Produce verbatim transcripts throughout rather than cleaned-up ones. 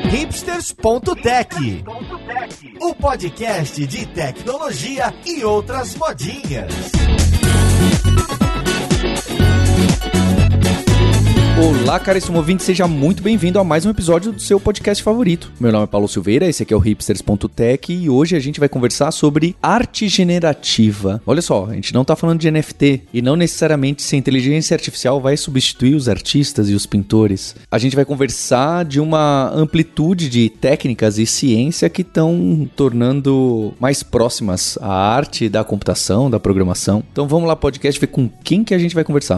hipsters ponto tech, o podcast de tecnologia e outras modinhas. Olá, caríssimo ouvinte, seja muito bem-vindo a mais um episódio do seu podcast favorito. Meu nome é Paulo Silveira, esse aqui é o hipsters ponto tech e hoje a gente vai conversar sobre arte generativa. Olha só, a gente não tá falando de N F T e não necessariamente se a inteligência artificial vai substituir os artistas e os pintores. A gente vai conversar de uma amplitude de técnicas e ciência que estão tornando mais próximas a arte da computação, da programação. Então vamos lá, podcast, ver com quem que a gente vai conversar.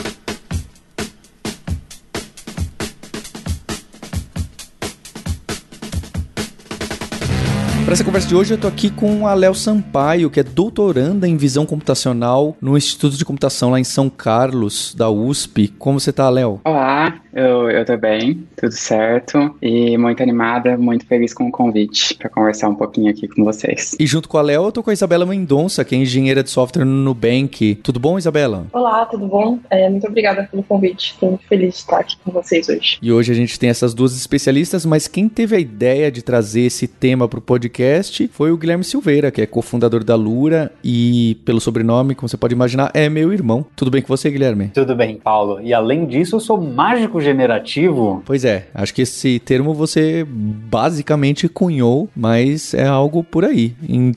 Para essa conversa de hoje eu tô aqui com a Léo Sampaio, que é doutoranda em visão computacional no Instituto de Computação lá em São Carlos, da U S P. Como você tá, Léo? Olá, eu, eu tô bem, tudo certo e muito animada, muito feliz com o convite para conversar um pouquinho aqui com vocês. E junto com a Léo eu tô com a Isabela Mendonça, que é engenheira de software no Nubank. Tudo bom, Isabela? Olá, tudo bom? É, muito obrigada pelo convite, estou muito feliz de estar aqui com vocês hoje. E hoje a gente tem essas duas especialistas, mas quem teve a ideia de trazer esse tema pro podcast foi o Guilherme Silveira, que é cofundador da Lura e, pelo sobrenome, como você pode imaginar, é meu irmão. Tudo bem com você, Guilherme? Tudo bem, Paulo. E além disso, eu sou mágico generativo. Pois é, acho que esse termo você basicamente cunhou, mas é algo por aí.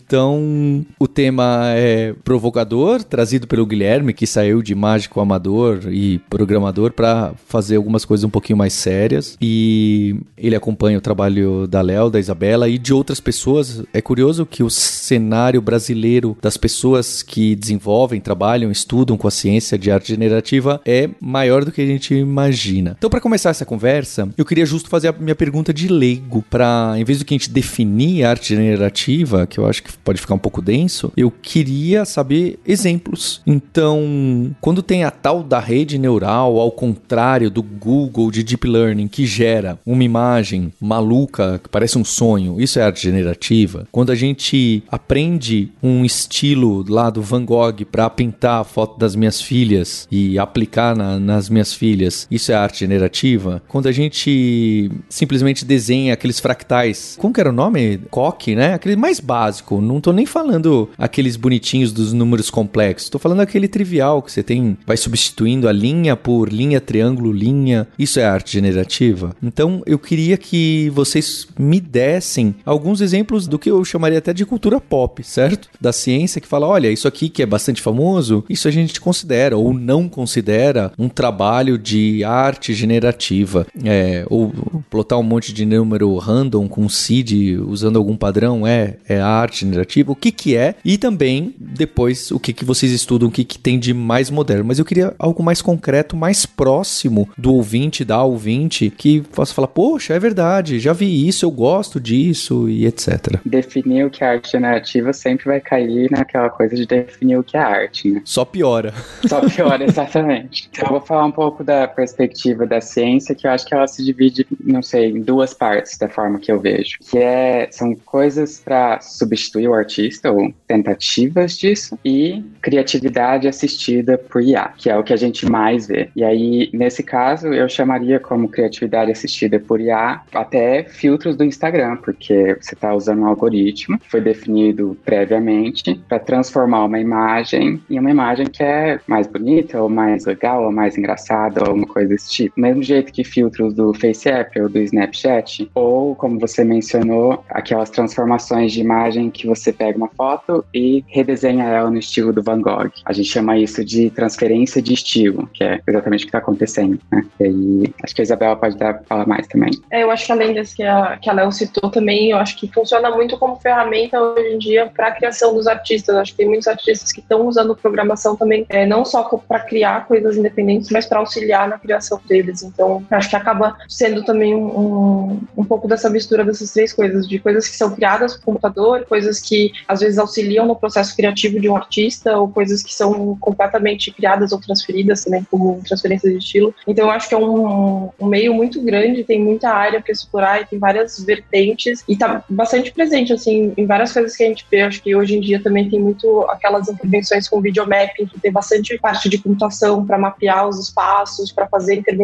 Então, o tema é provocador, trazido pelo Guilherme, que saiu de mágico amador e programador para fazer algumas coisas um pouquinho mais sérias. E ele acompanha o trabalho da Léo, da Isabela e de outras pessoas. É curioso que o cenário brasileiro das pessoas que desenvolvem, trabalham, estudam com a ciência de arte generativa é maior do que a gente imagina. Então, para começar essa conversa, eu queria justo fazer a minha pergunta de leigo, para, em vez do que a gente definir a arte generativa, que eu acho que pode ficar um pouco denso, eu queria saber exemplos. Então, quando tem a tal da rede neural, ao contrário do Google de Deep Learning, que gera uma imagem maluca, que parece um sonho, isso é arte generativa. Quando a gente aprende um estilo lá do Van Gogh para pintar a foto das minhas filhas e aplicar na, nas minhas filhas, isso é arte generativa. Quando a gente simplesmente desenha aqueles fractais, como que era o nome? Coque, né? Aquele mais básico. Não tô nem falando aqueles bonitinhos dos números complexos. Tô falando aquele trivial que você tem, vai substituindo a linha por linha, triângulo, linha. Isso é arte generativa. Então, eu queria que vocês me dessem alguns exemplos do que eu chamaria até de cultura pop, certo? Da ciência que fala, olha, isso aqui que é bastante famoso, isso a gente considera ou não considera um trabalho de arte generativa. É, ou plotar um monte de número random com seed usando algum padrão é, é arte generativa. O que que é? E também, depois, o que que vocês estudam, o que que tem de mais moderno. Mas eu queria algo mais concreto, mais próximo do ouvinte, da ouvinte, que possa falar, poxa, é verdade, já vi isso, eu gosto disso e etcétera. Definir o que é arte generativa sempre vai cair naquela coisa de definir o que é arte, né? Só piora. Só piora, exatamente. Então, eu vou falar um pouco da perspectiva da ciência, que eu acho que ela se divide, não sei, em duas partes da forma que eu vejo. Que é, são coisas para substituir o artista, ou tentativas disso, e criatividade assistida por I A, que é o que a gente mais vê. E aí, nesse caso, eu chamaria como criatividade assistida por I A até filtros do Instagram, porque você está usando um algoritmo que foi definido previamente para transformar uma imagem em uma imagem que é mais bonita, ou mais legal, ou mais engraçada, ou alguma coisa desse tipo. Mesmo jeito que filtros do FaceApp ou do Snapchat, ou, como você mencionou, aquelas transformações de imagem que você pega uma foto e redesenha ela no estilo do Van Gogh. A gente chama isso de transferência de estilo, que é exatamente o que está acontecendo, né? E aí, acho que a Isabela pode dar, falar mais também. É, eu acho que além desse que a, que a Léo citou também, eu acho que funciona muito como ferramenta hoje em dia para a criação dos artistas. Acho que tem muitos artistas que estão usando programação também, é, não só para criar coisas independentes, mas para auxiliar na criação deles. Então, acho que acaba sendo também um, um, um pouco dessa mistura dessas três coisas, de coisas que são criadas por computador, coisas que às vezes auxiliam no processo criativo de um artista, ou coisas que são completamente criadas ou transferidas também, como transferência de estilo. Então, eu acho que é um, um meio muito grande, tem muita área para explorar e tem várias vertentes, e está bastante presente, assim, em várias coisas que a gente vê. Acho que hoje em dia também tem muito aquelas intervenções com videomapping, que tem bastante parte de computação para mapear os espaços, para fazer intervenções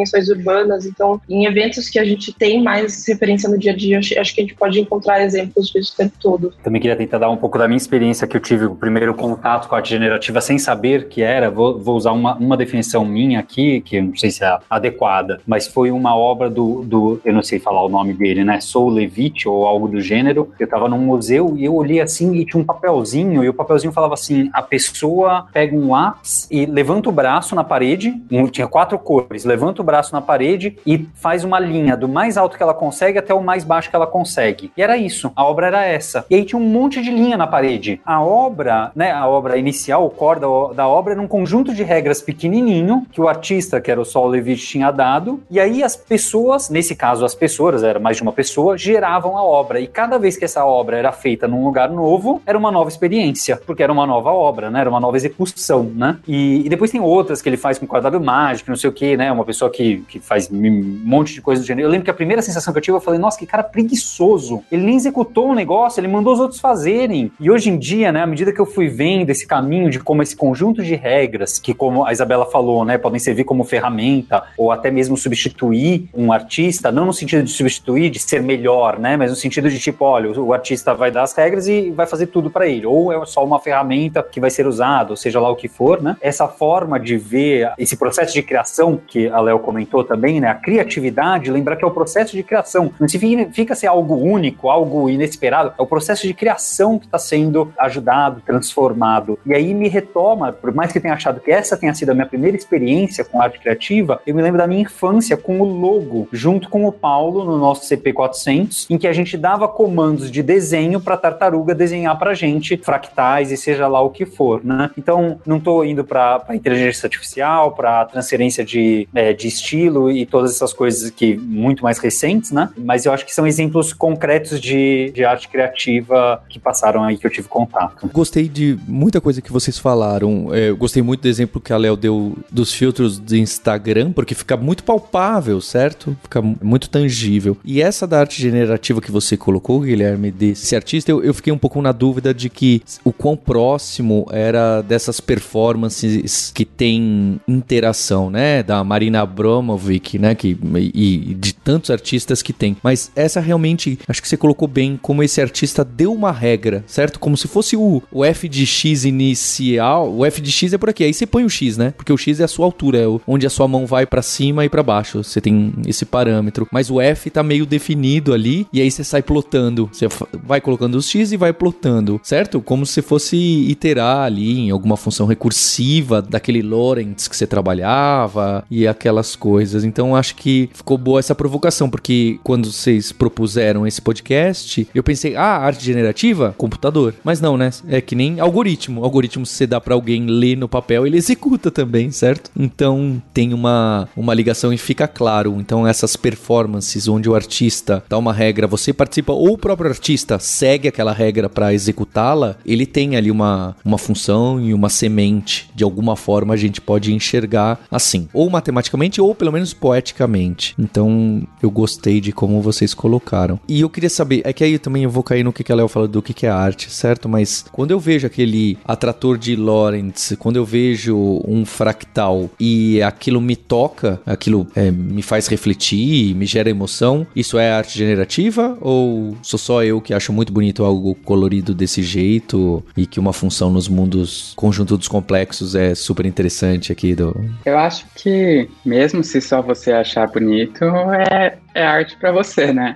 dimensões urbanas. Então, em eventos que a gente tem mais referência no dia a dia, acho, acho que a gente pode encontrar exemplos disso o tempo todo. Também queria tentar dar um pouco da minha experiência que eu tive o primeiro contato com a arte generativa sem saber que era. Vou, vou usar uma, uma definição minha aqui, que eu não sei se é adequada, mas foi uma obra do, do eu não sei falar o nome dele, né? Saul Levitt ou algo do gênero. Eu tava num museu e eu olhei assim e tinha um papelzinho, e o papelzinho falava assim: a pessoa pega um lápis e levanta o braço na parede, um, tinha quatro cores, levanta o braço na parede e faz uma linha do mais alto que ela consegue até o mais baixo que ela consegue. E era isso, a obra era essa. E aí tinha um monte de linha na parede. A obra, né, a obra inicial, o core da, da obra era um conjunto de regras pequenininho que o artista, que era o Saul Levitt, tinha dado, e aí as pessoas, nesse caso as pessoas, era mais de uma pessoa, geravam a obra. E cada vez que essa obra era feita num lugar novo, era uma nova experiência, porque era uma nova obra, né? Era uma nova execução, né? E, e depois tem outras que ele faz com quadrado mágico, não sei o que, né? Uma pessoa que, que faz um monte de coisa do gênero. Eu lembro que a primeira sensação que eu tive, eu falei, nossa, que cara preguiçoso. Ele nem executou um negócio, ele mandou os outros fazerem. E hoje em dia, né, à medida que eu fui vendo esse caminho de como esse conjunto de regras, que como a Isabela falou, né, podem servir como ferramenta, ou até mesmo substituir um artista, não no sentido de substituir, de ser melhor, né, mas no sentido de tipo, olha, o artista vai dar as regras e vai fazer tudo para ele, ou é só uma ferramenta que vai ser usada, ou seja lá o que for, né, essa forma de ver esse processo de criação, que a Léo comentou também, né, a criatividade, lembrar que é o processo de criação, não significa ser algo único, algo inesperado, é o processo de criação que está sendo ajudado, transformado, e aí me retoma, por mais que eu tenha achado que essa tenha sido a minha primeira experiência com arte criativa, eu me lembro da minha infância com o logo, junto com o Paulo, no nosso C P quatrocentos, em que a gente dava comandos de desenho para a tartaruga desenhar pra gente, fractais e seja lá o que for, né? Então, não estou indo para inteligência artificial, para transferência de, é, de estilo e todas essas coisas que muito mais recentes, né? Mas eu acho que são exemplos concretos de, de arte criativa que passaram aí, que eu tive contato. Gostei de muita coisa que vocês falaram. Eu gostei muito do exemplo que a Léo deu dos filtros do Instagram, porque fica muito palpável, certo? Fica muito tangível. E essa da arte generativa que você colocou, Guilherme, desse artista, eu, eu fiquei um pouco na dúvida de que o quão próximo era dessas performances que tem interação, né? Da Marina Abramovic, né? Que, e, e de tantos artistas que tem. Mas essa realmente, acho que você colocou bem como esse artista deu uma regra, certo? Como se fosse o, o F de X inicial. O F de X é por aqui, aí você põe o X, né? Porque o X é a sua altura, é onde a sua mão vai pra cima e pra baixo. Você tem esse parâmetro. Mas o F tá meio definido ali, e aí você sai plotando. Você vai colocando os X e vai plotando, certo? Como se fosse iterar ali em alguma função recursiva daquele Lorentz que você trabalhava e aquelas coisas. Então acho que ficou boa essa provocação, porque quando vocês propuseram esse podcast, eu pensei, ah, arte generativa? Computador. Mas não, né? É que nem algoritmo. Algoritmo, se você dá pra alguém ler no papel, ele executa também, certo? Então tem uma, uma ligação e fica claro. Então essas performances onde o artista dá uma regra, você participa, ou o próprio artista segue aquela regra pra executá-la, ele tem ali uma, uma função e uma semente. De alguma forma a gente pode enxergar assim. Ou matematicamente, ou pelo menos poeticamente. Então eu gostei de como vocês colocaram. E eu queria saber, é que aí também eu vou cair no que, que a Léo falou do que, que é arte, certo? Mas quando eu vejo aquele atrator de Lorentz, quando eu vejo um fractal e aquilo me toca, aquilo é, me faz refletir, me gera emoção, isso é arte generativa? Ou sou só eu que acho muito bonito algo colorido desse jeito e que uma função nos mundos conjunto dos complexos é super interessante aqui do... Eu acho que mesmo se só você achar bonito, é, é arte pra você, né?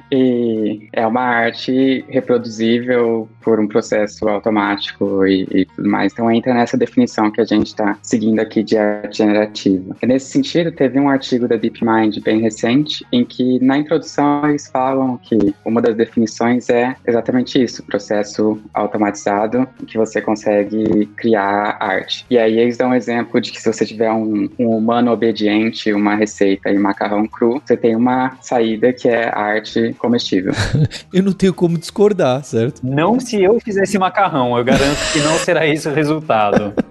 E é uma arte reproduzível por um processo automático e, e tudo mais. Então entra nessa definição que a gente está seguindo aqui de arte generativa. E nesse sentido, teve um artigo da DeepMind bem recente, em que na introdução eles falam que uma das definições é exatamente isso, processo automatizado em que você consegue criar arte. E aí eles dão um exemplo de que se você tiver um, um humano obediente, uma receita e macarrão cru, você tem uma saída que é arte comestível. Eu não tenho como discordar, certo? Não se eu fizesse macarrão, eu garanto que não será esse o resultado.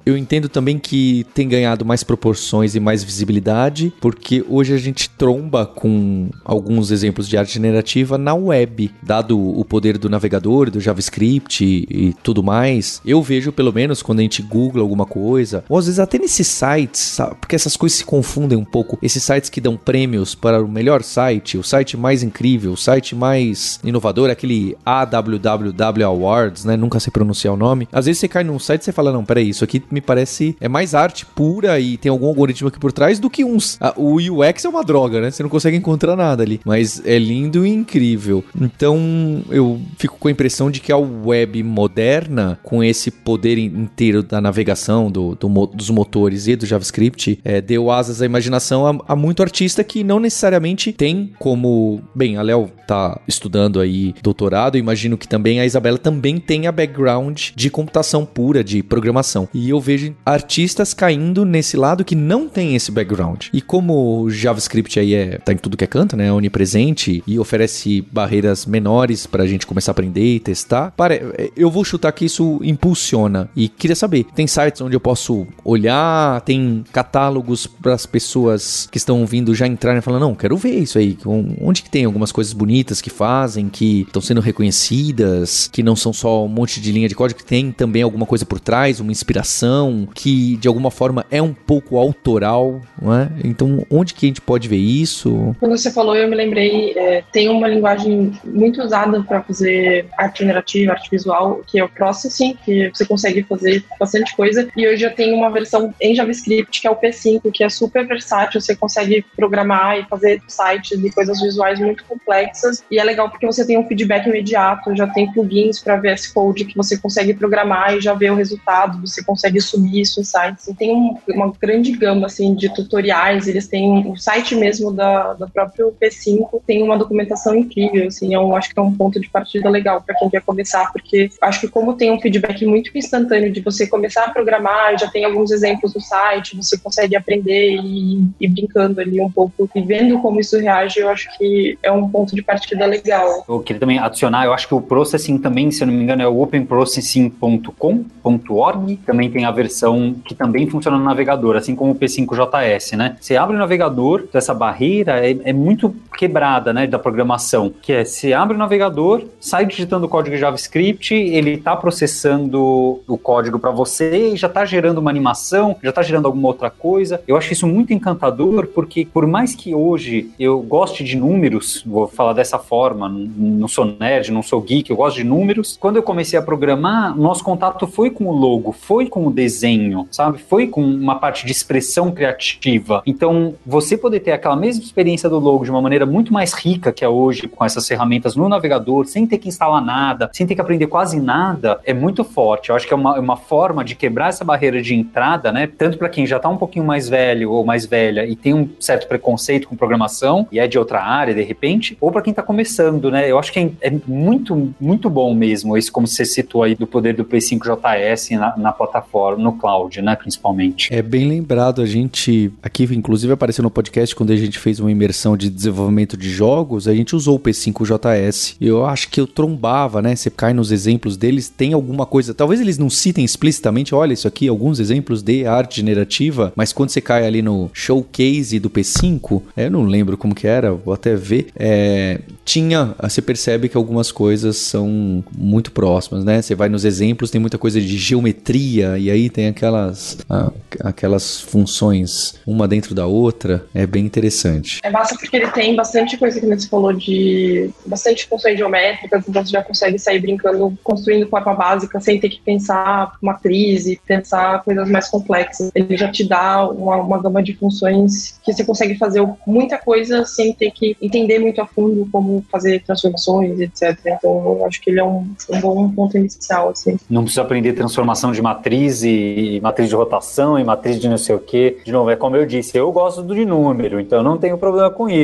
eu entendo também que tem ganhado mais proporções e mais visibilidade, porque hoje a gente tromba com alguns exemplos de arte generativa na web, dado o poder do navegador, do JavaScript e, e tudo mais. Eu vejo, pelo menos, quando a gente googla alguma coisa, ou às vezes até nesses sites, sabe? Porque essas coisas se confundem um pouco, esses sites que dão prêmios para o melhor site, o site mais incrível, o site mais inovador, aquele A W W W Awards, né? Nunca sei pronunciar o nome. Às vezes você cai num site e você fala, não, peraí, isso aqui me parece, é mais arte pura e tem algum algoritmo aqui por trás do que uns... Ah, o U X é uma droga, né? Você não consegue encontrar nada ali, mas é lindo e incrível. Então, eu fico com a impressão de que a web moderna, com esse poder inteiro da navegação, do, do, dos motores e do JavaScript, é, deu asas à imaginação a, a muito artista que não necessariamente tem como... Bem, a Léo tá estudando aí doutorado, eu imagino que também a Isabela também tenha background de computação pura, de programação. E eu vejo artistas caindo nesse lado que não tem esse background. E como o JavaScript aí é, tá em tudo que é canto, né? É onipresente e oferece barreiras menores pra gente começar a aprender e testar, pare... eu vou chutar que isso impulsiona. E queria saber, tem sites onde eu posso olhar, tem catálogos para as pessoas que estão vindo já entrarem e falar, não, quero ver isso aí. Onde que tem algumas coisas bonitas que fazem, que estão sendo reconhecidas, que não são só um monte de linha de código, que tem também alguma coisa por trás, uma inspiração, que de alguma forma é um pouco autoral, não é? Então, onde que a gente pode ver isso? Quando você falou, eu me lembrei, é, tem uma linguagem muito usada para fazer arte generativa, arte visual, que é o Processing, que você consegue fazer bastante coisa, e hoje já tem uma versão em JavaScript, que é o P cinco, que é super versátil, você consegue programar e fazer sites e coisas visuais muito complexas, e é legal porque você tem um feedback imediato, já tem plugins para V S Code que você consegue programar e já ver o resultado, você consegue subir isso em sites. E tem um, uma grande gama assim, de tutoriais, eles têm o site mesmo da, da próprio P cinco, tem uma documentação incrível, assim, eu acho que é um ponto de partida legal para quem quer começar, porque acho que como tem um feedback muito instantâneo de você começar a programar, já tem alguns exemplos no site, você consegue aprender e ir brincando ali um pouco e vendo como isso reage, eu acho que é um ponto de partida legal. Eu queria também adicionar, eu acho que o Processing também, se eu não me engano, é o open processing ponto com ponto org, também tem a versão que também funciona no navegador, assim como o P cinco J S, né? Você abre o navegador, essa barreira é, é muito quebrada, né, da programação, que é, você abre o navegador, sai digitando o código JavaScript, ele tá processando o código para você e já tá gerando uma animação, já tá gerando alguma outra coisa. Eu acho isso muito encantador, porque por mais que hoje eu goste de números, vou falar dessa forma, não sou nerd, não sou geek, eu gosto de números. Quando eu comecei a programar, nosso contato foi com o logo, foi com o desenho, sabe? Foi com uma parte de expressão criativa. Então, você poder ter aquela mesma experiência do logo de uma maneira muito mais rica que é hoje, com essas ferramentas no navegador, sem ter que instalar nada, sem ter que aprender quase nada, é muito forte. Eu acho que é uma, uma forma de quebrar essa barreira de entrada, né? Tanto para quem já tá um pouquinho mais velho ou mais velha e tem um certo preconceito com programação e é de outra área, de repente, ou para quem tá começando, né? Eu acho que é, é muito, muito bom mesmo, isso como você citou aí, do poder do P cinco J S na, na plataforma, no cloud, né? Principalmente. É bem lembrado, a gente, aqui inclusive apareceu no podcast quando a gente fez uma imersão de desenvolvimento de jogos, a gente usou o P cinco J S. Eu acho que eu trombava, né? Você cai nos exemplos deles, tem alguma coisa, talvez eles não citem explicitamente, olha isso aqui, alguns exemplos de arte generativa, mas quando você cai ali no showcase do P cinco, eu não lembro como que era, vou até ver, é, tinha, você percebe que algumas coisas são muito próximas, né? Você vai nos exemplos, tem muita coisa de geometria, e aí tem aquelas, ah, aquelas funções, uma dentro da outra, é bem interessante. É massa porque ele tem bastante coisa que você falou de bastante funções geométricas, então você já consegue sair brincando, construindo forma básica, sem ter que pensar matriz e pensar coisas mais complexas. Ele já te dá uma, uma gama de funções que você consegue fazer muita coisa sem ter que entender muito a fundo como fazer transformações, etcétera. Então eu acho que ele é um, um bom ponto inicial, assim. Não precisa aprender transformação de matriz e, e matriz de rotação e matriz de não sei o quê. De novo, é como eu disse, eu gosto do de número, então não tenho problema com isso, mas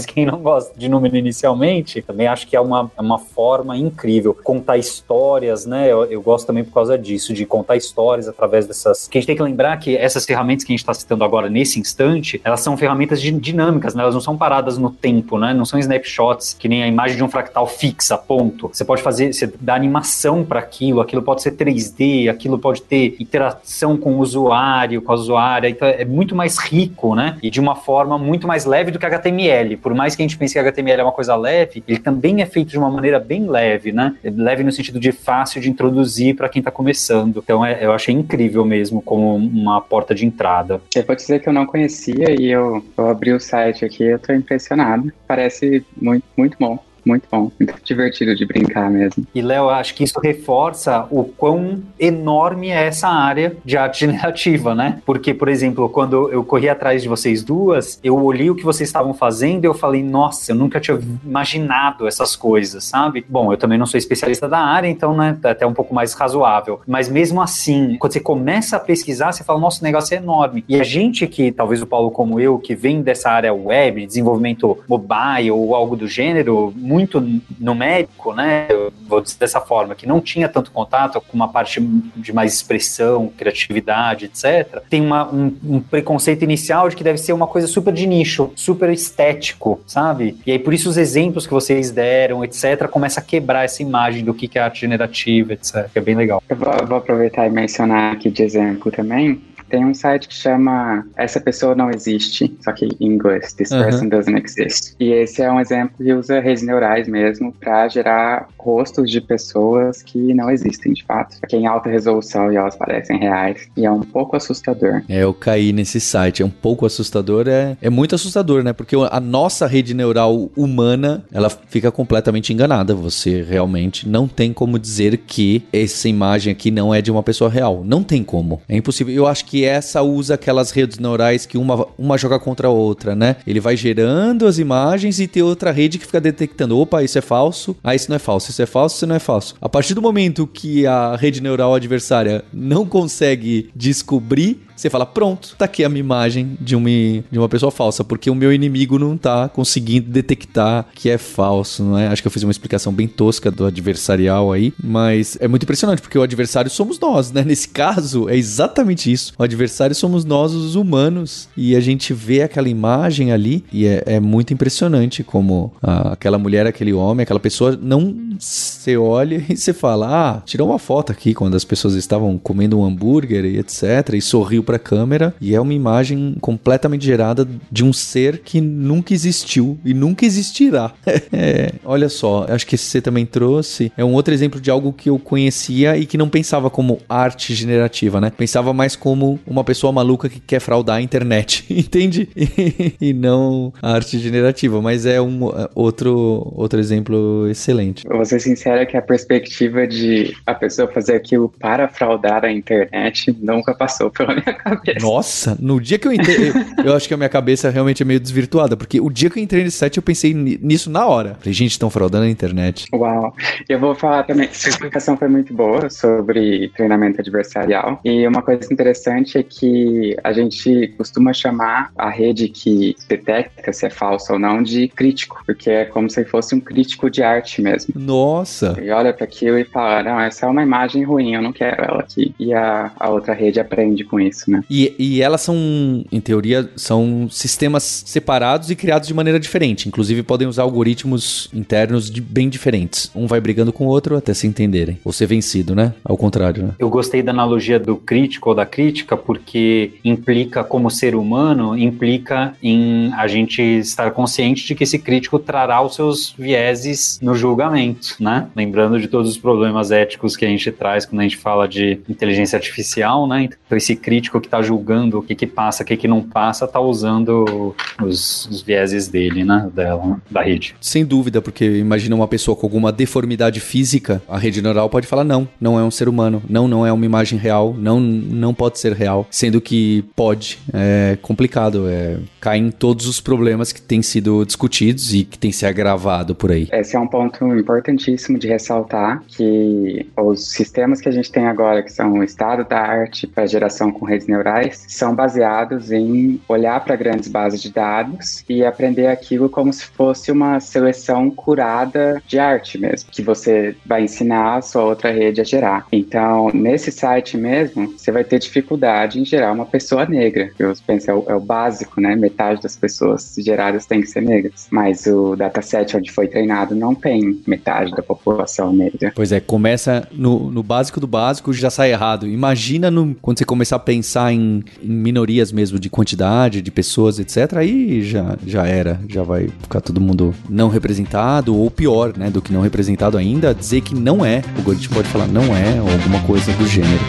quem não gosta de número inicialmente, também acho que é uma, é uma forma incrível. Contar histórias, né? Eu, eu gosto também por causa disso, de contar histórias através dessas... Que a gente tem que lembrar que essas ferramentas que a gente está citando agora nesse instante, elas são ferramentas dinâmicas, né? Elas não são paradas no tempo, né? Não são snapshots, que nem a imagem de um fractal fixa, ponto. Você pode fazer, você dá animação para aquilo, aquilo pode ser três D, aquilo pode ter interação com o usuário, com a usuária, então é muito mais rico, né? E de uma forma muito mais leve do que H T M L. Por mais que a gente pense que H T M L é uma coisa leve, ele também é feito de uma maneira bem leve, né? Leve no sentido de fácil de introduzir para quem está começando. Então é, eu achei incrível mesmo como uma porta de entrada. Eu vou dizer que eu não conhecia e eu, eu abri o site aqui, eu tô impressionado. Parece muito, muito bom. Muito bom, muito divertido de brincar mesmo. E, Léo, acho que isso reforça o quão enorme é essa área de arte generativa, né? Porque, por exemplo, quando eu corri atrás de vocês duas, eu olhei o que vocês estavam fazendo e eu falei, nossa, eu nunca tinha imaginado essas coisas, sabe? Bom, eu também não sou especialista da área, então, né, é até um pouco mais razoável. Mas mesmo assim, quando você começa a pesquisar, você fala, nossa, o negócio é enorme. E a gente que, talvez o Paulo como eu, que vem dessa área web, desenvolvimento mobile ou algo do gênero, muito numérico, né, eu vou dizer dessa forma, que não tinha tanto contato com uma parte de mais expressão, criatividade, etcétera, tem uma, um, um preconceito inicial de que deve ser uma coisa super de nicho, super estético, sabe? E aí por isso os exemplos que vocês deram, etcétera, começa a quebrar essa imagem do que é arte generativa, etcétera, que é bem legal. Eu vou, vou aproveitar e mencionar aqui de exemplo também. Tem um site que chama Essa Pessoa Não Existe, só que em inglês, This Uhum. Person Doesn't Exist. E esse é um exemplo que usa redes neurais mesmo para gerar rostos de pessoas que não existem de fato. Aqui em alta resolução e elas parecem reais. E é um pouco assustador. É, eu caí nesse site, é um pouco assustador, é, é muito assustador, né? Porque a nossa rede neural humana, ela fica completamente enganada. Você realmente não tem como dizer que essa imagem aqui não é de uma pessoa real. Não tem como. É impossível. Eu acho que essa usa aquelas redes neurais que uma, uma joga contra a outra, né? Ele vai gerando as imagens e tem outra rede que fica detectando, opa, isso é falso, ah, isso não é falso, isso é falso, isso não é falso. A partir do momento que a rede neural adversária não consegue descobrir, você fala, pronto, tá aqui a minha imagem de uma, de uma pessoa falsa, porque o meu inimigo não tá conseguindo detectar que é falso, não é? Acho que eu fiz uma explicação bem tosca do adversarial aí, mas é muito impressionante, porque o adversário somos nós, né? Nesse caso, é exatamente isso. O adversário somos nós, os humanos, e a gente vê aquela imagem ali, e é, é muito impressionante como a, aquela mulher, aquele homem, aquela pessoa, não se olha e você fala, ah, tirou uma foto aqui quando as pessoas estavam comendo um hambúrguer e etcétera, e sorriu para a câmera, e é uma imagem completamente gerada de um ser que nunca existiu e nunca existirá. É, olha só, acho que você também trouxe, é um outro exemplo de algo que eu conhecia e que não pensava como arte generativa, né? Pensava mais como uma pessoa maluca que quer fraudar a internet, entende? E, e não a arte generativa, mas é um outro, outro exemplo excelente. Eu vou ser sincero que a perspectiva de a pessoa fazer aquilo para fraudar a internet nunca passou pela minha cabeça. Nossa, no dia que eu entrei, eu, eu acho que a minha cabeça realmente é meio desvirtuada, porque o dia que eu entrei nesse site eu pensei nisso na hora. Falei, gente, estão fraudando a internet. Uau, eu vou falar também, sua explicação foi muito boa sobre treinamento adversarial, e uma coisa interessante é que a gente costuma chamar a rede que detecta se é falsa ou não de crítico, porque é como se fosse um crítico de arte mesmo. Nossa! E olha para aquilo e fala, não, essa é uma imagem ruim, eu não quero ela aqui. E a, a outra rede aprende com isso, né? E, e elas são, em teoria, são sistemas separados e criados de maneira diferente. Inclusive, podem usar algoritmos internos de, bem diferentes. Um vai brigando com o outro até se entenderem. Ou ser vencido, né? Ao contrário, né? Eu gostei da analogia do crítico ou da crítica, porque implica, como ser humano, implica em a gente estar consciente de que esse crítico trará os seus vieses no julgamento, né? Lembrando de todos os problemas éticos que a gente traz quando a gente fala de inteligência artificial, né? Então, esse crítico que está julgando o que que passa, o que que não passa, está usando os, os vieses dele, né? Dela, da rede. Sem dúvida, porque imagina uma pessoa com alguma deformidade física, a rede neural pode falar, não, não é um ser humano, não, não é uma imagem real, não, não pode ser real, sendo que pode. É complicado, é, cai em todos os problemas que têm sido discutidos e que têm se agravado por aí. Esse é um ponto importantíssimo de ressaltar, que os sistemas que a gente tem agora, que são o estado da arte para geração com redes redes neurais são baseados em olhar para grandes bases de dados e aprender aquilo como se fosse uma seleção curada de arte mesmo, que você vai ensinar a sua outra rede a gerar. Então, nesse site mesmo, você vai ter dificuldade em gerar uma pessoa negra. Eu penso, é o, é o básico, né? Metade das pessoas geradas tem que ser negras. Mas o dataset onde foi treinado não tem metade da população negra. Pois é, começa no, no básico do básico, já sai errado. Imagina no, quando você começar a pensar em, em minorias mesmo, de quantidade, de pessoas, etcétera, aí já, já era, já vai ficar todo mundo não representado, ou pior, né, do que não representado ainda, dizer que não é. O algoritmo pode falar não é, ou alguma coisa do gênero.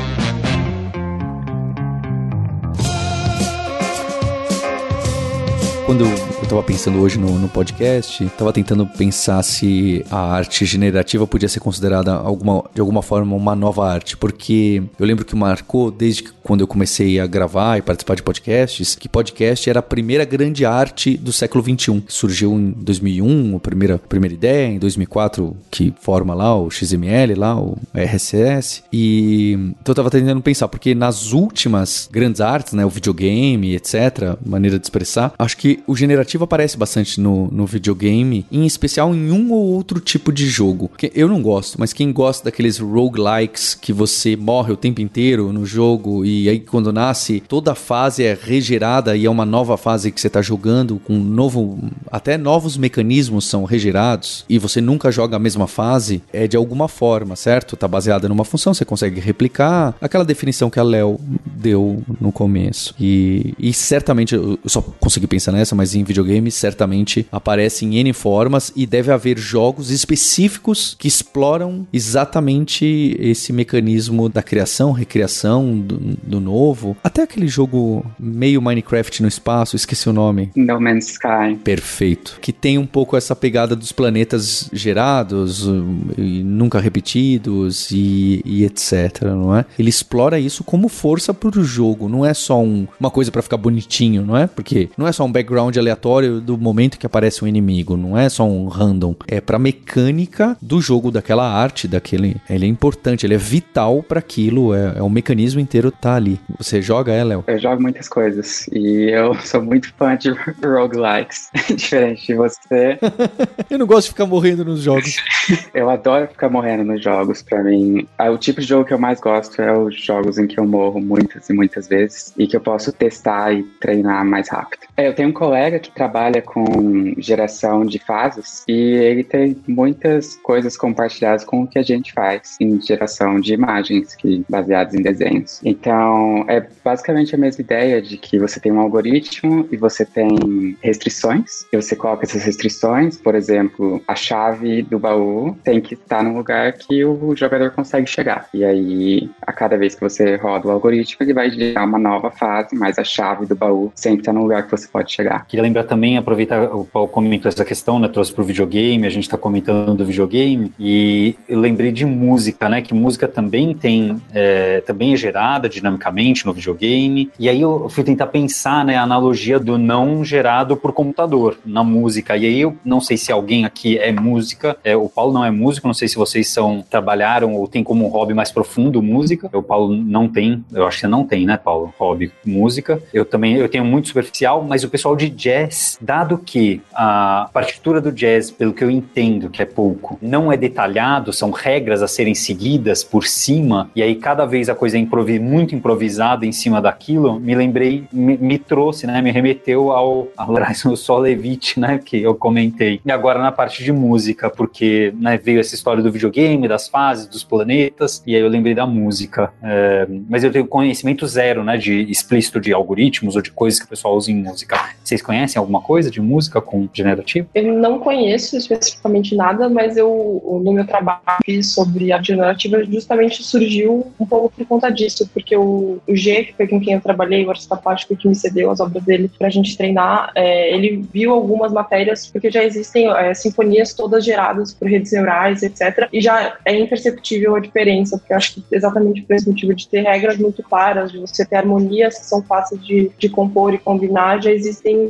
Quando eu estava pensando hoje no, no podcast, estava tentando pensar se a arte generativa podia ser considerada alguma, de alguma forma uma nova arte, porque eu lembro que marcou desde que, quando eu comecei a gravar e participar de podcasts, que podcast era a primeira grande arte do século vinte e um, que surgiu em dois mil e um, a primeira, primeira ideia, em dois mil e quatro que forma lá o X M L, lá o R S S, e então eu estava tentando pensar, porque nas últimas grandes artes, né, o videogame, etcétera, maneira de expressar, acho que o generativo aparece bastante no, no videogame, em especial em um ou outro tipo de jogo. Que eu não gosto, mas quem gosta daqueles roguelikes que você morre o tempo inteiro no jogo e aí quando nasce, toda a fase é regerada e é uma nova fase que você está jogando com um novo... Até novos mecanismos são regerados e você nunca joga a mesma fase, é de alguma forma, certo? Tá baseada numa função, você consegue replicar aquela definição que a Léo deu no começo. E, e certamente, eu só consegui pensar nessa, mas em videogames certamente aparece em N formas e deve haver jogos específicos que exploram exatamente esse mecanismo da criação, recriação do, do novo. Até aquele jogo meio Minecraft no espaço, esqueci o nome. No Man's Sky. Perfeito. Que tem um pouco essa pegada dos planetas gerados e nunca repetidos e, e etcétera, não é? Ele explora isso como força pro jogo, não é só um, uma coisa pra ficar bonitinho, não é? Porque não é só um background aleatório do momento que aparece um inimigo, não é só um random, é pra mecânica do jogo, daquela arte, daquele, ele é importante, ele é vital pra aquilo, é, é o mecanismo inteiro tá ali. Você joga, é, Léo? Eu jogo muitas coisas e eu sou muito fã de roguelikes, diferente de você. Eu não gosto de ficar morrendo nos jogos. Eu adoro ficar morrendo nos jogos, pra mim. O tipo de jogo que eu mais gosto é os jogos em que eu morro muitas e muitas vezes e que eu posso testar e treinar mais rápido. Eu tenho um colega que trabalha com geração de fases e ele tem muitas coisas compartilhadas com o que a gente faz em geração de imagens que, baseadas em desenhos. Então, é basicamente a mesma ideia de que você tem um algoritmo e você tem restrições, e você coloca essas restrições, por exemplo, a chave do baú tem que estar num lugar que o jogador consegue chegar. E aí, a cada vez que você roda o algoritmo, ele vai gerar uma nova fase, mas a chave do baú sempre está num lugar que você pode chegar. Queria lembrar também, aproveitar, o Paulo comentou essa questão, né, trouxe pro videogame, a gente tá comentando do videogame, e eu lembrei de música, né, que música também tem, é, também é gerada dinamicamente no videogame, e aí eu fui tentar pensar, né, a analogia do não gerado por computador na música, e aí eu não sei se alguém aqui é música, é, o Paulo não é músico, não sei se vocês são, trabalharam ou tem como um hobby mais profundo música, o Paulo não tem, eu acho que não tem, né, Paulo, hobby música, eu também, eu tenho muito superficial, mas o pessoal de jazz, dado que a partitura do jazz, pelo que eu entendo, que é pouco, não é detalhado, são regras a serem seguidas por cima, e aí cada vez a coisa é improvi- muito improvisada em cima daquilo, me lembrei, me, me trouxe, né, me remeteu ao, ao Solevich, né, que eu comentei. E agora na parte de música, porque, né, veio essa história do videogame, das fases, dos planetas, e aí eu lembrei da música. É, mas eu tenho conhecimento zero, né, de explícito de algoritmos ou de coisas que o pessoal usa em música. Vocês conhecem alguma coisa de música com generativo? Eu não conheço especificamente nada, mas eu, no meu trabalho sobre arte generativa, justamente surgiu um pouco por conta disso, porque o, o G, que foi com quem eu trabalhei, o artista plástico que me cedeu as obras dele pra gente treinar, é, ele viu algumas matérias, porque já existem é, sinfonias todas geradas por redes neurais, etcétera, e já é imperceptível a diferença, porque eu acho que exatamente por esse motivo de ter regras muito claras, de você ter harmonias que são fáceis de, de compor e combinar, já existem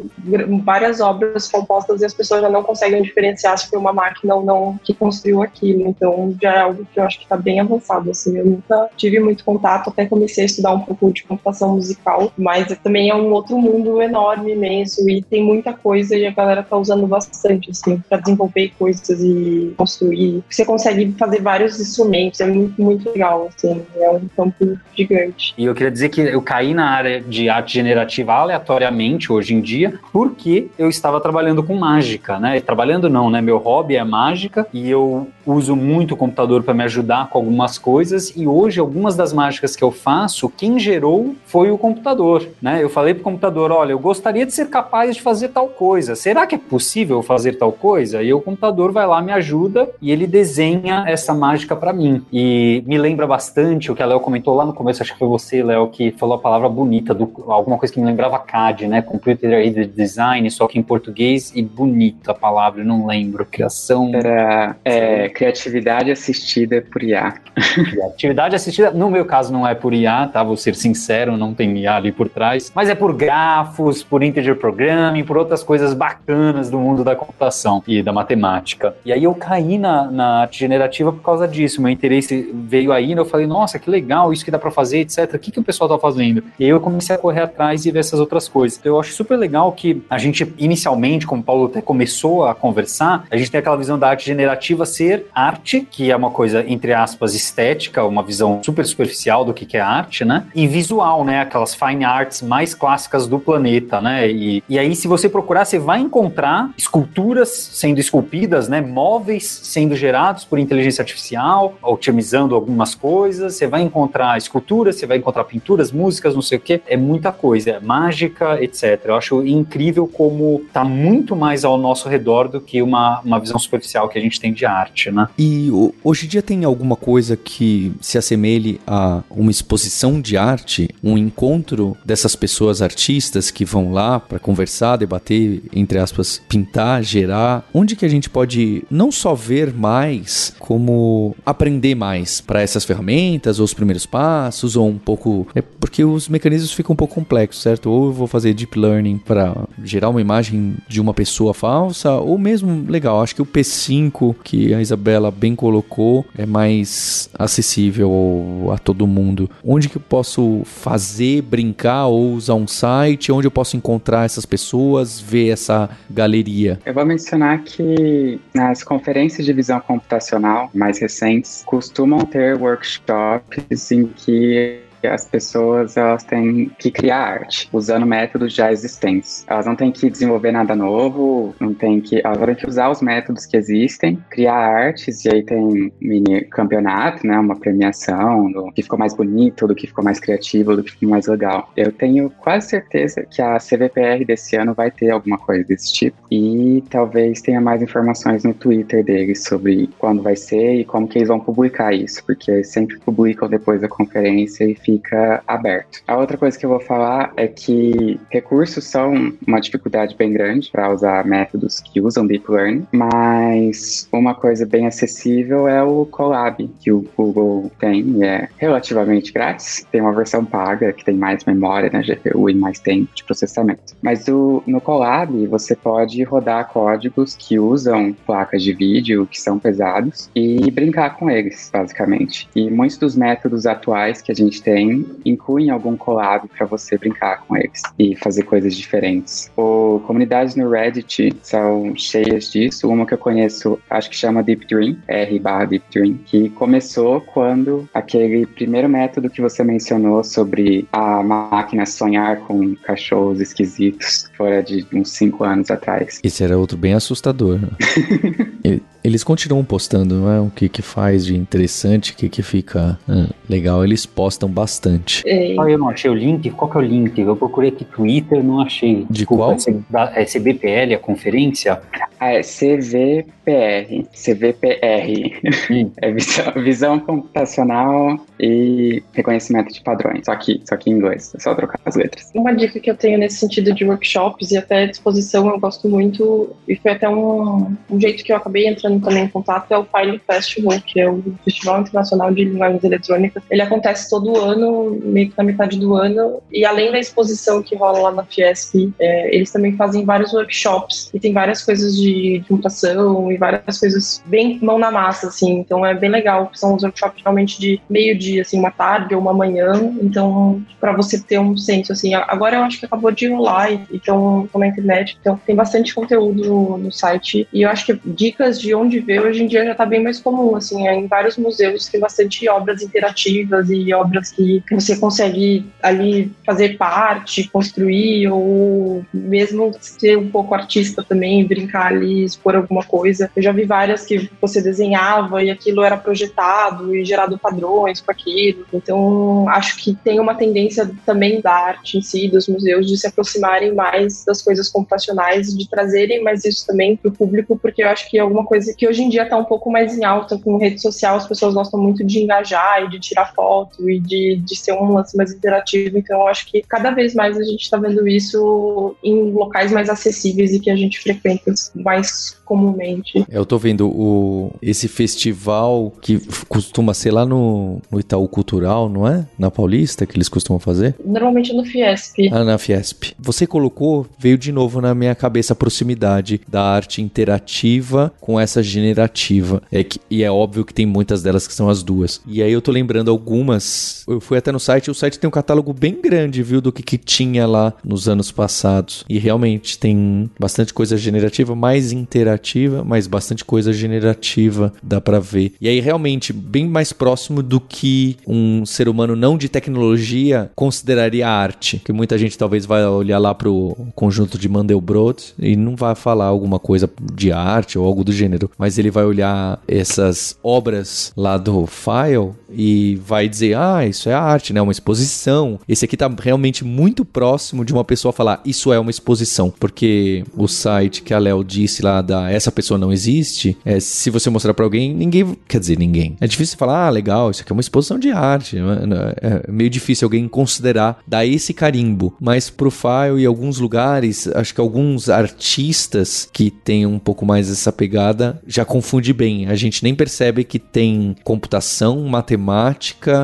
várias obras compostas e as pessoas já não conseguem diferenciar se foi uma máquina ou não que construiu aquilo. Então já é algo que eu acho que está bem avançado, assim. Eu nunca tive muito contato, até comecei a estudar um pouco de computação musical, mas também é um outro mundo enorme, imenso, e tem muita coisa e a galera tá usando bastante, assim, para desenvolver coisas e construir. Você consegue fazer vários instrumentos, é muito, muito legal, assim, é um campo gigante. E eu queria dizer que eu caí na área de arte generativa aleatoriamente hoje em dia, porque eu estava trabalhando com mágica, né? Trabalhando não, né? Meu hobby é mágica e eu uso muito o computador para me ajudar com algumas coisas, e hoje algumas das mágicas que eu faço, quem gerou foi o computador, né? Eu falei pro computador, olha, eu gostaria de ser capaz de fazer tal coisa, será que é possível fazer tal coisa? E o computador vai lá, me ajuda e ele desenha essa mágica para mim. E me lembra bastante o que a Léo comentou lá no começo, acho que foi você, Léo, que falou a palavra bonita, do, alguma coisa que me lembrava C A D, né? Computer Aided Design, só que em português, e bonita a palavra, eu não lembro, criação... Era é, criatividade assistida por I A. Criatividade assistida, no meu caso não é por I A, tá? Vou ser sincero, não tem I A ali por trás, mas é por grafos, por integer programming, por outras coisas bacanas do mundo da computação e da matemática. E aí eu caí na, na arte generativa por causa disso, meu interesse veio aí, eu falei, nossa, que legal, isso que dá pra fazer, etcétera. O que, que o pessoal tá fazendo? E aí eu comecei a correr atrás e ver essas outras coisas. Então eu acho super legal que a gente, inicialmente, como o Paulo até começou a conversar, a gente tem aquela visão da arte generativa ser arte, que é uma coisa, entre aspas, estética, uma visão super superficial do que, que é arte, né? E visual, né? Aquelas fine arts mais clássicas do planeta, né? E, e aí, se você procurar, você vai encontrar esculturas sendo esculpidas, né? Móveis sendo gerados por inteligência artificial, otimizando algumas coisas, você vai encontrar esculturas, você vai encontrar pinturas, músicas, não sei o quê. É muita coisa, é mágica, etcétera. Eu acho incrível como tá muito mais ao nosso redor do que uma, uma visão superficial que a gente tem de arte, né? E hoje em dia tem alguma coisa que se assemelhe a uma exposição de arte, um encontro dessas pessoas artistas que vão lá para conversar, debater, entre aspas, pintar, gerar? Onde que a gente pode não só ver mais, como aprender mais para essas ferramentas, ou os primeiros passos, ou um pouco... É porque os mecanismos ficam um pouco complexos, certo? Ou eu vou fazer deep learning para gerar uma imagem de uma pessoa falsa, ou mesmo, legal, acho que o P cinco, que a Isabela bem colocou, é mais acessível a todo mundo. Onde que eu posso fazer, brincar ou usar um site? Onde eu posso encontrar essas pessoas, ver essa galeria? Eu vou mencionar que nas conferências de visão computacional mais recentes costumam ter workshops em que as pessoas elas têm que criar arte usando métodos já existentes. Elas não têm que desenvolver nada novo, não tem que, elas têm que usar os métodos que existem, criar artes, e aí tem mini campeonato, né, uma premiação do que ficou mais bonito, do que ficou mais criativo, do que ficou mais legal. Eu tenho quase certeza que a C V P R desse ano vai ter alguma coisa desse tipo, e talvez tenha mais informações no Twitter deles sobre quando vai ser e como que eles vão publicar isso, porque eles sempre publicam depois da conferência e fica aberto. A outra coisa que eu vou falar é que recursos são uma dificuldade bem grande para usar métodos que usam Deep Learning, mas uma coisa bem acessível é o Colab, que o Google tem e é relativamente grátis. Tem uma versão paga que tem mais memória na G P U e mais tempo de processamento. Mas o, no Colab você pode rodar códigos que usam placas de vídeo que são pesados e brincar com eles, basicamente. E muitos dos métodos atuais que a gente tem incluem algum collab para você brincar com eles e fazer coisas diferentes. O, comunidades no Reddit são cheias disso. Uma que eu conheço, acho que chama Deep Dream, R barra Deep Dream, que começou quando aquele primeiro método que você mencionou sobre a máquina sonhar com cachorros esquisitos, fora de uns cinco anos atrás. Esse era outro bem assustador. Eles continuam postando, não é? O que que faz de interessante, o que que fica ah, legal. Eles postam bastante. É. Ah, eu não achei o link. Qual que é o link? Eu procurei aqui Twitter, não achei. De qual? É C B P L, a conferência? Ah, é C V P R. C V P R. Hum. É visão, visão computacional e reconhecimento de padrões. Só que, só que em inglês. É só trocar as letras. Uma dica que eu tenho nesse sentido de workshops e até disposição, eu gosto muito, e foi até um, um jeito que eu acabei entrando entrando também em contato é o File Festival, que é o Festival Internacional de Linguagens Eletrônicas. Ele acontece todo ano, meio que na metade do ano, e além da exposição que rola lá na Fiesp, é, eles também fazem vários workshops, e tem várias coisas de, de computação, e várias coisas bem mão na massa, assim, então é bem legal. São os workshops realmente de meio-dia, assim, uma tarde ou uma manhã, então, para você ter um senso, assim, agora eu acho que acabou de rolar, e então, na internet, então tem bastante conteúdo no, no site, e eu acho que dicas de onde ver hoje em dia já tá bem mais comum, assim, é, em vários museus tem bastante obras interativas e obras que você consegue ali fazer parte, construir, ou mesmo ser um pouco artista também, brincar ali, expor alguma coisa. Eu já vi várias que você desenhava e aquilo era projetado e gerado padrões com aquilo, então acho que tem uma tendência também da arte em si, dos museus, de se aproximarem mais das coisas computacionais, de trazerem mais isso também para o público, porque eu acho que é alguma coisa que hoje em dia está um pouco mais em alta com rede social, as pessoas gostam muito de engajar e de tirar foto e de, de ser um lance mais interativo, então eu acho que cada vez mais a gente está vendo isso em locais mais acessíveis e que a gente frequenta mais comumente. Eu tô vendo o, esse festival que costuma ser lá no, no Itaú Cultural, não é? Na Paulista, que eles costumam fazer? Normalmente no Fiesp. Ah, na Fiesp. Você colocou, veio de novo na minha cabeça a proximidade da arte interativa com essa generativa. É que, e é óbvio que tem muitas delas que são as duas. E aí eu tô lembrando algumas. Eu fui até no site, o site tem um catálogo bem grande, viu, do que, que tinha lá nos anos passados. E realmente tem bastante coisa generativa, mais interativa, mas bastante coisa generativa, dá pra ver. E aí realmente bem mais próximo do que um ser humano não de tecnologia consideraria arte, que muita gente talvez vai olhar lá pro conjunto de Mandelbrot e não vai falar alguma coisa de arte ou algo do gênero, mas ele vai olhar essas obras lá do File e vai dizer, ah, isso é arte, né, uma exposição. Esse aqui tá realmente muito próximo de uma pessoa falar, isso é uma exposição, porque o site que a Léo disse lá da essa pessoa não existe, é, se você mostrar pra alguém, ninguém, quer dizer, ninguém. É difícil falar, ah, legal, isso aqui é uma exposição de arte. É meio difícil alguém considerar, dar esse carimbo. Mas pro File e alguns lugares, acho que alguns artistas que têm um pouco mais essa pegada, já confunde bem. A gente nem percebe que tem computação, matemática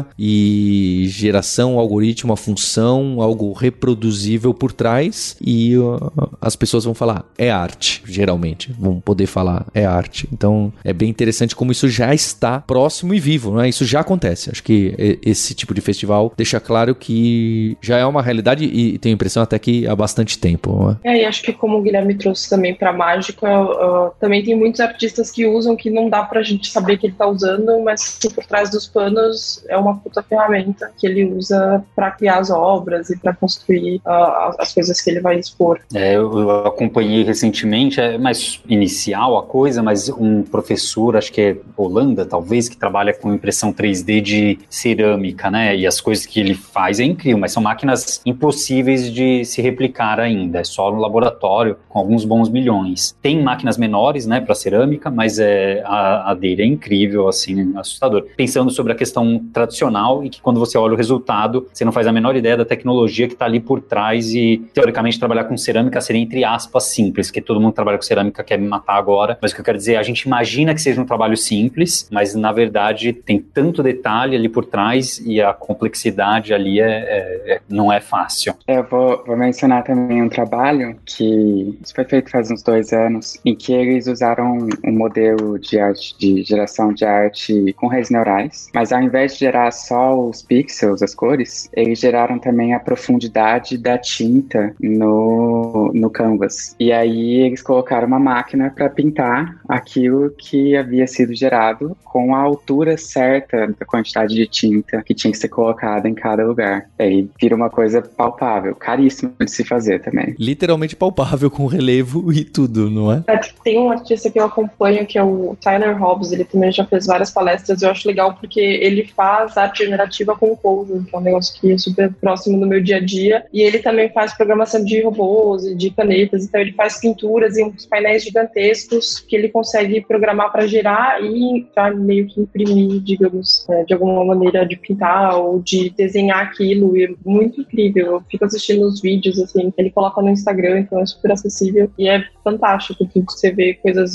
e geração, algoritmo, uma função, algo reproduzível por trás, e uh, as pessoas vão falar, é arte, geralmente. Vão poder falar, é arte. Então, é bem interessante como isso já está próximo e vivo, né? Isso já acontece. Acho que esse tipo de festival deixa claro que já é uma realidade e tenho a impressão até que há bastante tempo, não é? É, e acho que como o Guilherme trouxe também pra mágica, uh, também tem muitos artistas que usam que não dá pra gente saber que ele tá usando, mas que por trás dos panos é uma puta ferramenta que ele usa pra criar as obras e pra construir uh, as coisas que ele vai expor. É, eu acompanhei recentemente, é mais inicial a coisa, mas um professor, acho que é Holanda, talvez, que trabalha com impressão três D de cerâmica, né? E as coisas que ele faz é incrível, mas são máquinas impossíveis de se replicar ainda. É só no laboratório, com alguns bons milhões. Tem máquinas menores, né, para cerâmica, mas é, a, a dele é incrível, assim, assustador. Pensando sobre a questão tradicional e que quando você olha o resultado, você não faz a menor ideia da tecnologia que está ali por trás e, teoricamente, trabalhar com cerâmica seria, entre aspas, simples, porque todo mundo trabalha com cerâmica quer me matar agora, mas o que eu quero dizer, a gente imagina que seja um trabalho simples, mas na verdade tem tanto detalhe ali por trás e a complexidade ali é, é, é, não é fácil. Eu vou, vou mencionar também um trabalho que foi feito faz uns dois anos, em que eles usaram um modelo de arte, de geração de arte com redes neurais, mas ao invés de gerar só os pixels, as cores, eles geraram também a profundidade da tinta no, no canvas. E aí eles colocaram uma máquina para pintar aquilo que havia sido gerado com a altura certa da quantidade de tinta que tinha que ser colocada em cada lugar. Aí vira uma coisa palpável, caríssimo de se fazer também. Literalmente palpável, com relevo e tudo, não é? É, tem um artista que eu acompanho que é o Tyler Hobbs, ele também já fez várias palestras, eu acho legal porque ele faz arte generativa com code, que é um negócio que é super próximo do meu dia a dia, e ele também faz programação de robôs e de canetas, então ele faz pinturas e uns painéis gigantescos que ele consegue programar para gerar e pra meio que imprimir, digamos, é, de alguma maneira de pintar ou de desenhar aquilo, e é muito incrível. Eu fico assistindo os vídeos, assim, ele coloca no Instagram, então é super acessível e é fantástico, porque você vê coisas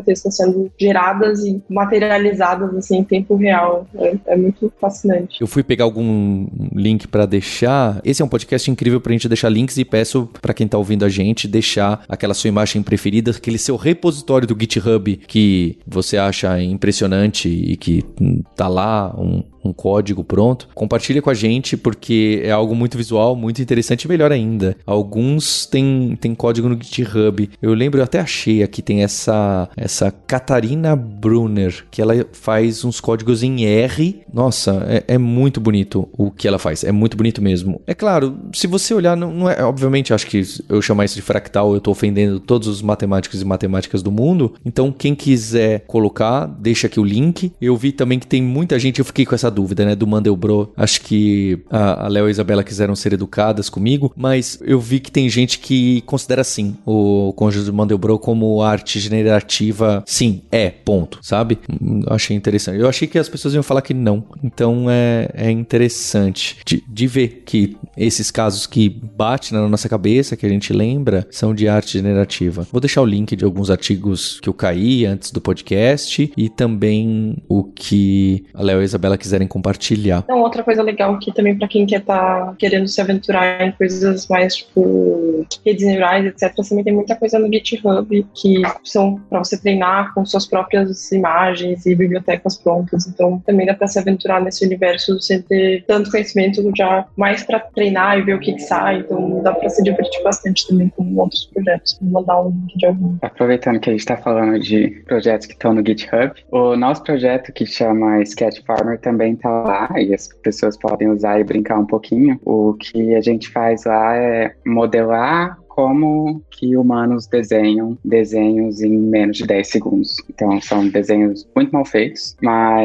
gigantescas sendo geradas e materializadas assim em tempo real. É, é muito fascinante. Eu fui pegar algum link pra deixar. Esse é um podcast incrível pra gente deixar links e peço pra quem tá ouvindo a gente deixar aquela sua imagem preferida, aquele seu repositório do GitHub que você acha impressionante e que tá lá um um código pronto, compartilha com a gente porque é algo muito visual, muito interessante e melhor ainda. Alguns tem, tem código no GitHub. Eu lembro, eu até achei aqui, tem essa, essa Catarina Brunner, que ela faz uns códigos em R. Nossa, é, é muito bonito o que ela faz, é muito bonito mesmo. É claro, se você olhar, não, não é, obviamente, acho que eu chamar isso de fractal, eu tô ofendendo todos os matemáticos e matemáticas do mundo, então quem quiser colocar, deixa aqui o link. Eu vi também que tem muita gente, eu fiquei com essa dúvida, né, do Mandelbrot. Acho que a Léo e a Isabela quiseram ser educadas comigo, mas eu vi que tem gente que considera sim o cônjuge do Mandelbrot como arte generativa. Sim, é, ponto, sabe? Eu achei interessante. Eu achei que as pessoas iam falar que não. Então é, é interessante de, de ver que esses casos que batem na nossa cabeça, que a gente lembra, são de arte generativa. Vou deixar o link de alguns artigos que eu caí antes do podcast e também o que a Léo e a Isabela quiserem compartilhar. Então, outra coisa legal que também para quem quer tá querendo se aventurar em coisas mais tipo redes neurais, etcétera, também tem muita coisa no GitHub que são para você treinar com suas próprias imagens e bibliotecas prontas. Então, também dá para se aventurar nesse universo sem ter tanto conhecimento, já mais para treinar e ver o que, que sai. Então, dá para se divertir bastante também com outros projetos. Vou mandar um link de algum. Aproveitando que a gente está falando de projetos que estão no GitHub, o nosso projeto que chama Sketch Farmer também está lá e as pessoas podem usar e brincar um pouquinho. O que a gente faz lá é modelar como que humanos desenham desenhos em menos de dez segundos. Então, são desenhos muito mal feitos,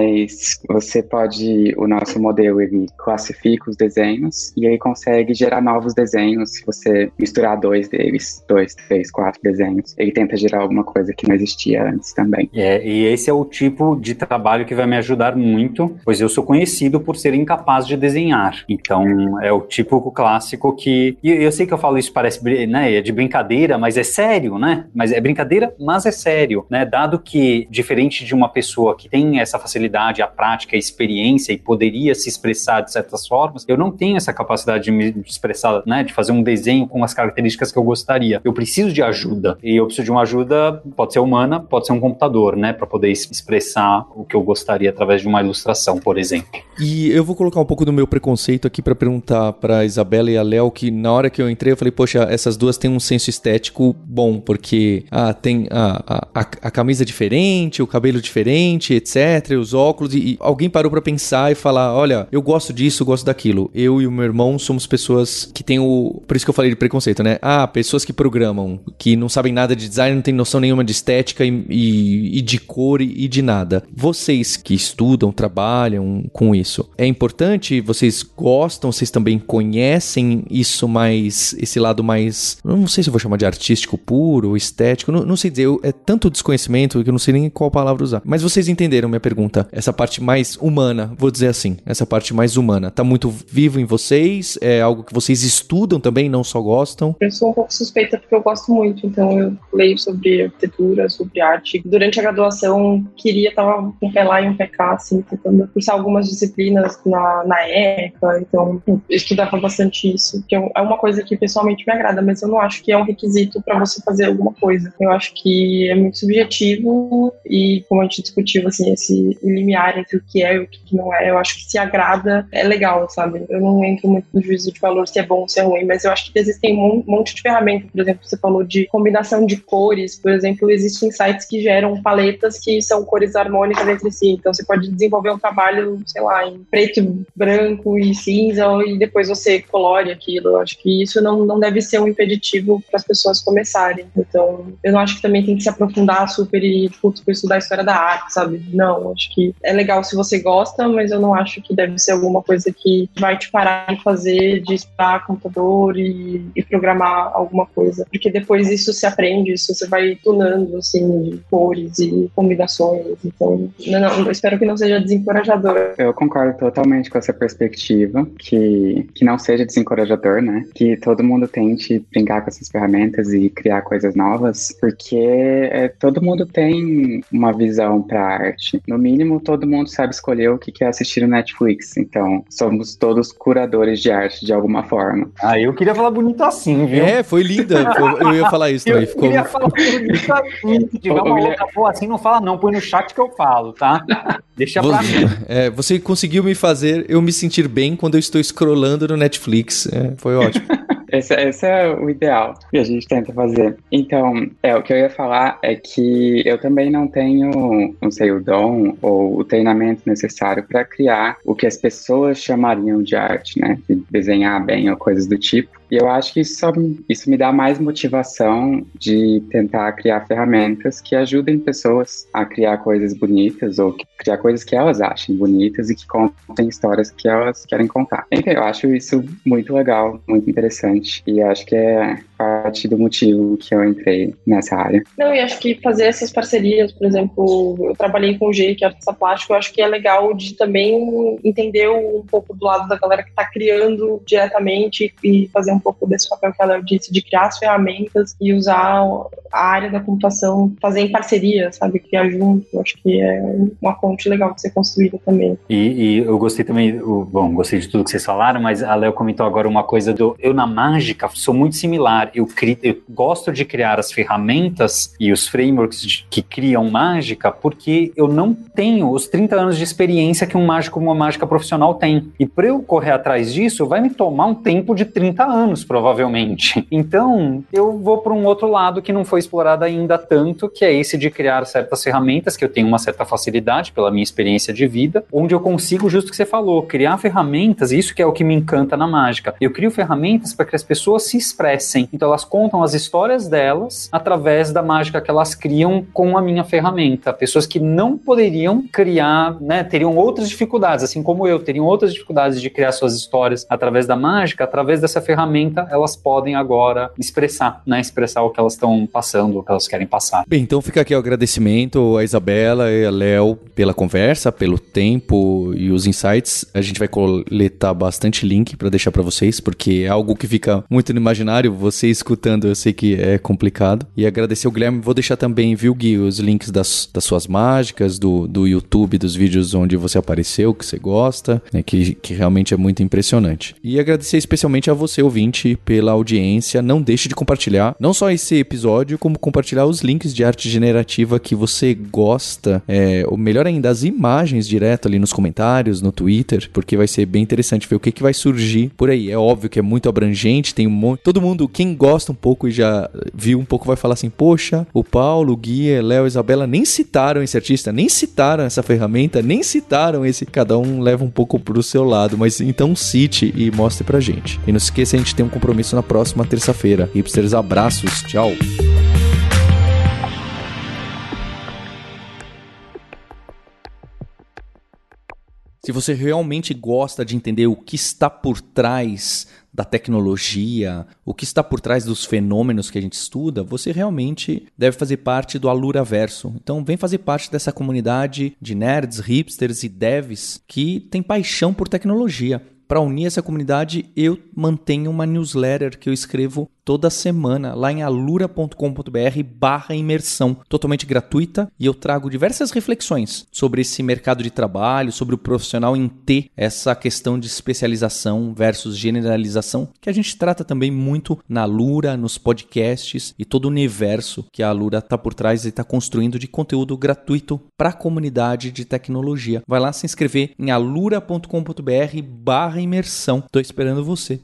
mas você pode, o nosso modelo, ele classifica os desenhos e aí consegue gerar novos desenhos se você misturar dois deles, dois, três, quatro desenhos. Ele tenta gerar alguma coisa que não existia antes também. É, e esse é o tipo de trabalho que vai me ajudar muito, pois eu sou conhecido por ser incapaz de desenhar. Então, é o tipo clássico que... E eu sei que eu falo isso, parece... né, é de brincadeira, mas é sério, né? Mas é brincadeira, mas é sério, né? Dado que, diferente de uma pessoa que tem essa facilidade, a prática, a experiência e poderia se expressar de certas formas, eu não tenho essa capacidade de me expressar, né? De fazer um desenho com as características que eu gostaria. Eu preciso de ajuda. E eu preciso de uma ajuda, pode ser humana, pode ser um computador, né? Para poder expressar o que eu gostaria através de uma ilustração, por exemplo. E eu vou colocar um pouco do meu preconceito aqui para perguntar para Isabela e a Léo, que na hora que eu entrei eu falei, poxa, essas duas têm um senso estético bom, porque ah, tem a, a, a camisa diferente, o cabelo diferente, etcétera, os óculos, e, e alguém parou pra pensar e falar, olha, eu gosto disso, eu gosto daquilo. Eu e o meu irmão somos pessoas que têm o... Por isso que eu falei de preconceito, né? Ah, pessoas que programam, que não sabem nada de design, não tem noção nenhuma de estética e, e, e de cor e, e de nada. Vocês que estudam, trabalham com isso, é importante? Vocês gostam? Vocês também conhecem isso mais... Esse lado mais... Não sei se eu vou chamar de artístico puro, estético, não, não sei dizer, eu, é tanto desconhecimento que eu não sei nem qual palavra usar. Mas vocês entenderam minha pergunta, essa parte mais humana, vou dizer assim, essa parte mais humana, tá muito vivo em vocês? É algo que vocês estudam também, não só gostam? Eu sou um pouco suspeita porque eu gosto muito, então eu leio sobre arquitetura, sobre arte. Durante a graduação, queria, tava com um pé lá e um pé cá, assim, tentando cursar algumas disciplinas na, na ECA, então eu estudava bastante isso, que é uma coisa que pessoalmente me agrada, mas eu não acho que é um requisito para você fazer alguma coisa. Eu acho que é muito subjetivo e, como a gente discutiu, assim, esse limiar entre o que é e o que não é, eu acho que se agrada é legal, sabe? Eu não entro muito no juízo de valor se é bom ou se é ruim, mas eu acho que existem um monte de ferramentas. Por exemplo, você falou de combinação de cores, por exemplo, existem sites que geram paletas que são cores harmônicas entre si, então você pode desenvolver um trabalho, sei lá, em preto, branco e cinza e depois você colore aquilo. Eu acho que isso não, não deve ser um impeditivo para as pessoas começarem. Então, eu não acho que também tem que se aprofundar super e, putz, estudar a história da arte, sabe? Não, acho que é legal se você gosta, mas eu não acho que deve ser alguma coisa que vai te parar de fazer, de estudar computador e, e programar alguma coisa. Porque depois isso se aprende, isso você vai tunando, assim, de cores e combinações. Então, não, não, eu espero que não seja desencorajador. Eu concordo totalmente com essa perspectiva, que, que não seja desencorajador, né? Que todo mundo tente brincar brincar com essas ferramentas e criar coisas novas, porque é, todo mundo tem uma visão para arte. No mínimo, todo mundo sabe escolher o que quer assistir no Netflix. Então, somos todos curadores de arte de alguma forma. Ah, eu queria falar bonito assim, viu? É, foi linda. Eu ia falar isso também. Eu Ficou... queria falar bonito assim. Se tiver uma outra boa assim, não fala não. Põe no chat que eu falo, tá? Deixa pra você, mim. É, você conseguiu me fazer eu me sentir bem quando eu estou scrollando no Netflix. É, foi ótimo. Esse, esse é o ideal que a gente tenta fazer. Então, é, o que eu ia falar é que eu também não tenho, não sei, o dom ou o treinamento necessário para criar o que as pessoas chamariam de arte, né? De desenhar bem ou coisas do tipo. E eu acho que isso, só, isso me dá mais motivação de tentar criar ferramentas que ajudem pessoas a criar coisas bonitas ou criar coisas que elas achem bonitas e que contem histórias que elas querem contar. Então, eu acho isso muito legal, muito interessante. E acho que é parte do motivo que eu entrei nessa área. Não, e acho que fazer essas parcerias, por exemplo, eu trabalhei com o G, que é artista plástico, eu acho que é legal de também entender um pouco do lado da galera que está criando diretamente e fazer um pouco desse papel que ela disse, de criar as ferramentas e usar a área da computação, fazer em parceria, sabe, criar junto. Eu acho que é uma ponte legal de ser construída também. E, e eu gostei também, o, bom, gostei de tudo que vocês falaram, mas a Léo comentou agora uma coisa do, eu na mágica sou muito similar. Eu, cri, eu gosto de criar as ferramentas e os frameworks de, que criam mágica porque eu não tenho os trinta anos de experiência que um mágico, uma mágica profissional tem. E para eu correr atrás disso, vai me tomar um tempo de trinta anos, provavelmente. Então, eu vou para um outro lado que não foi explorado ainda tanto, que é esse de criar certas ferramentas, que eu tenho uma certa facilidade pela minha experiência de vida, onde eu consigo, justo o que você falou, criar ferramentas, isso que é o que me encanta na mágica. Eu crio ferramentas para que as pessoas se expressem. Então elas contam as histórias delas através da mágica que elas criam com a minha ferramenta. Pessoas que não poderiam criar, né, teriam outras dificuldades, assim como eu, teriam outras dificuldades de criar suas histórias através da mágica, através dessa ferramenta elas podem agora expressar, né, expressar o que elas estão passando, o que elas querem passar. Bem, então fica aqui o agradecimento a Isabela e a Léo pela conversa, pelo tempo e os insights. A gente vai coletar bastante link para deixar para vocês, porque é algo que fica muito no imaginário. Você escutando, eu sei que é complicado. E agradecer o Guilherme. Vou deixar também, viu, Gui, os links das, das suas mágicas, do, do YouTube, dos vídeos onde você apareceu, que você gosta, né, que, que realmente é muito impressionante. E agradecer especialmente a você, ouvinte, pela audiência. Não deixe de compartilhar, não só esse episódio, como compartilhar os links de arte generativa que você gosta, é, ou melhor ainda, as imagens direto ali nos comentários, no Twitter, porque vai ser bem interessante ver o que, que vai surgir por aí. É óbvio que é muito abrangente, tem um monte... Todo mundo, quem gosta um pouco e já viu um pouco, vai falar assim, poxa, o Paulo, o Gui, Léo, Isabela nem citaram esse artista, nem citaram essa ferramenta, nem citaram esse... Cada um leva um pouco pro seu lado, mas então cite e mostre pra gente. E não se esqueça, a gente tem um compromisso na próxima terça-feira. Hipsters, abraços, tchau! Se você realmente gosta de entender o que está por trás da tecnologia, o que está por trás dos fenômenos que a gente estuda, você realmente deve fazer parte do Aluraverso. Então vem fazer parte dessa comunidade de nerds, hipsters e devs que tem paixão por tecnologia. Para unir essa comunidade, eu mantenho uma newsletter que eu escrevo toda semana lá em alura.com.br barra imersão, totalmente gratuita, e eu trago diversas reflexões sobre esse mercado de trabalho, sobre o profissional em ter essa questão de especialização versus generalização, que a gente trata também muito na Alura, nos podcasts e todo o universo que a Alura está por trás e está construindo de conteúdo gratuito para a comunidade de tecnologia. Vai lá se inscrever em alura.com.br barra imersão. Estou esperando você.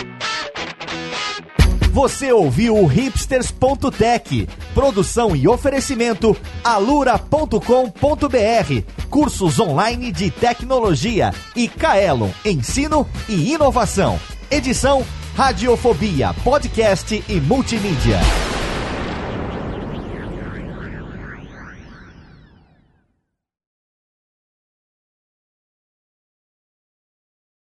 Você ouviu o hipsters ponto tech, produção e oferecimento alura ponto com ponto br, cursos online de tecnologia, e Kaelon, ensino e inovação. Edição Radiofobia, podcast e multimídia.